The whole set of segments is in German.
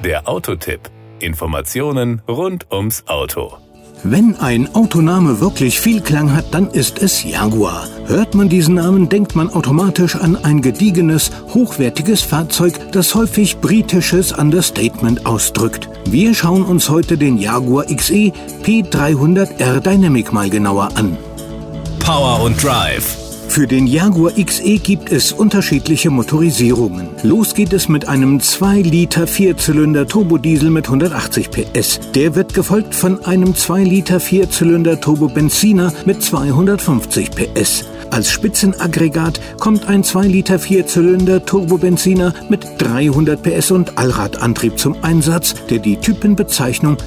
Der Autotipp. Informationen rund ums Auto. Wenn ein Autoname wirklich viel Klang hat, dann ist es Jaguar. Hört man diesen Namen, denkt man automatisch an ein gediegenes, hochwertiges Fahrzeug, das häufig britisches Understatement ausdrückt. Wir schauen uns heute den Jaguar XE P300 R Dynamic mal genauer an. Power und Drive. Für den Jaguar XE gibt es unterschiedliche Motorisierungen. Los geht es mit einem 2 Liter Vierzylinder Turbodiesel mit 180 PS. Der wird gefolgt von einem 2 Liter Vierzylinder Turbobenziner mit 250 PS. Als Spitzenaggregat kommt ein 2 Liter Vierzylinder Turbobenziner mit 300 PS und Allradantrieb zum Einsatz, der die Typenbezeichnung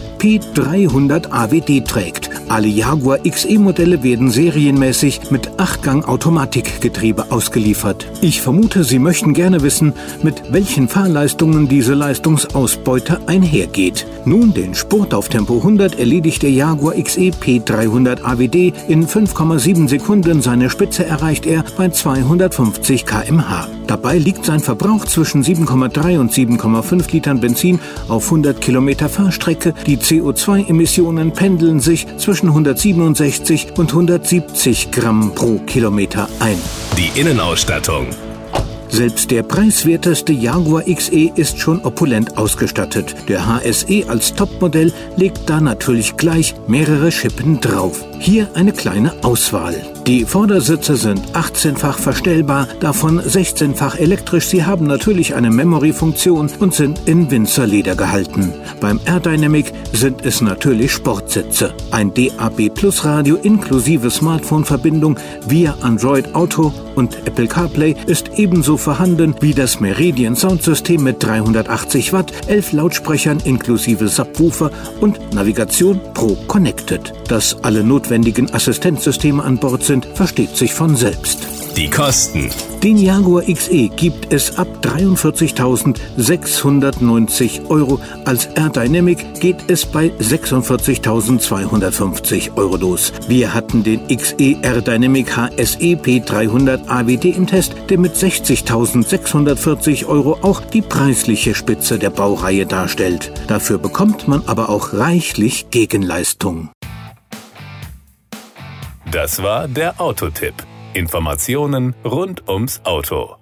P300 AWD trägt. Alle Jaguar XE-Modelle werden serienmäßig mit 8-Gang-Automatikgetriebe ausgeliefert. Ich vermute, Sie möchten gerne wissen, mit welchen Fahrleistungen diese Leistungsausbeute einhergeht. Nun, den Spurt auf Tempo 100 erledigt der Jaguar XE P300 AWD in 5,7 Sekunden. Seine Spitze erreicht er bei 250 km/h. Dabei liegt sein Verbrauch zwischen 7,3 und 7,5 Litern Benzin auf 100 Kilometer Fahrstrecke. Die CO2-Emissionen pendeln sich zwischen 167 und 170 Gramm pro Kilometer ein. Die Innenausstattung. Selbst der preiswerteste Jaguar XE ist schon opulent ausgestattet. Der HSE als Topmodell legt da natürlich gleich mehrere Schippen drauf. Hier eine kleine Auswahl. Die Vordersitze sind 18-fach verstellbar, davon 16-fach elektrisch. Sie haben natürlich eine Memory-Funktion und sind in Winzerleder gehalten. Beim R Dynamic sind es natürlich Sportsitze. Ein DAB-Plus-Radio inklusive Smartphone-Verbindung via Android Auto und Apple CarPlay ist ebenso vorhanden wie das Meridian Soundsystem mit 380 Watt, 11 Lautsprechern inklusive Subwoofer und Navigation Pro Connected. Dass alle notwendigen Assistenzsysteme an Bord sind, versteht sich von selbst. Die Kosten. Den Jaguar XE gibt es ab 43.690 €. Als R Dynamic geht es bei 46.250 € los. Wir hatten den XE R Dynamic HSE P300 AWD im Test, der mit 60.640 € auch die preisliche Spitze der Baureihe darstellt. Dafür bekommt man aber auch reichlich Gegenleistung. Das war der Autotipp. Informationen rund ums Auto.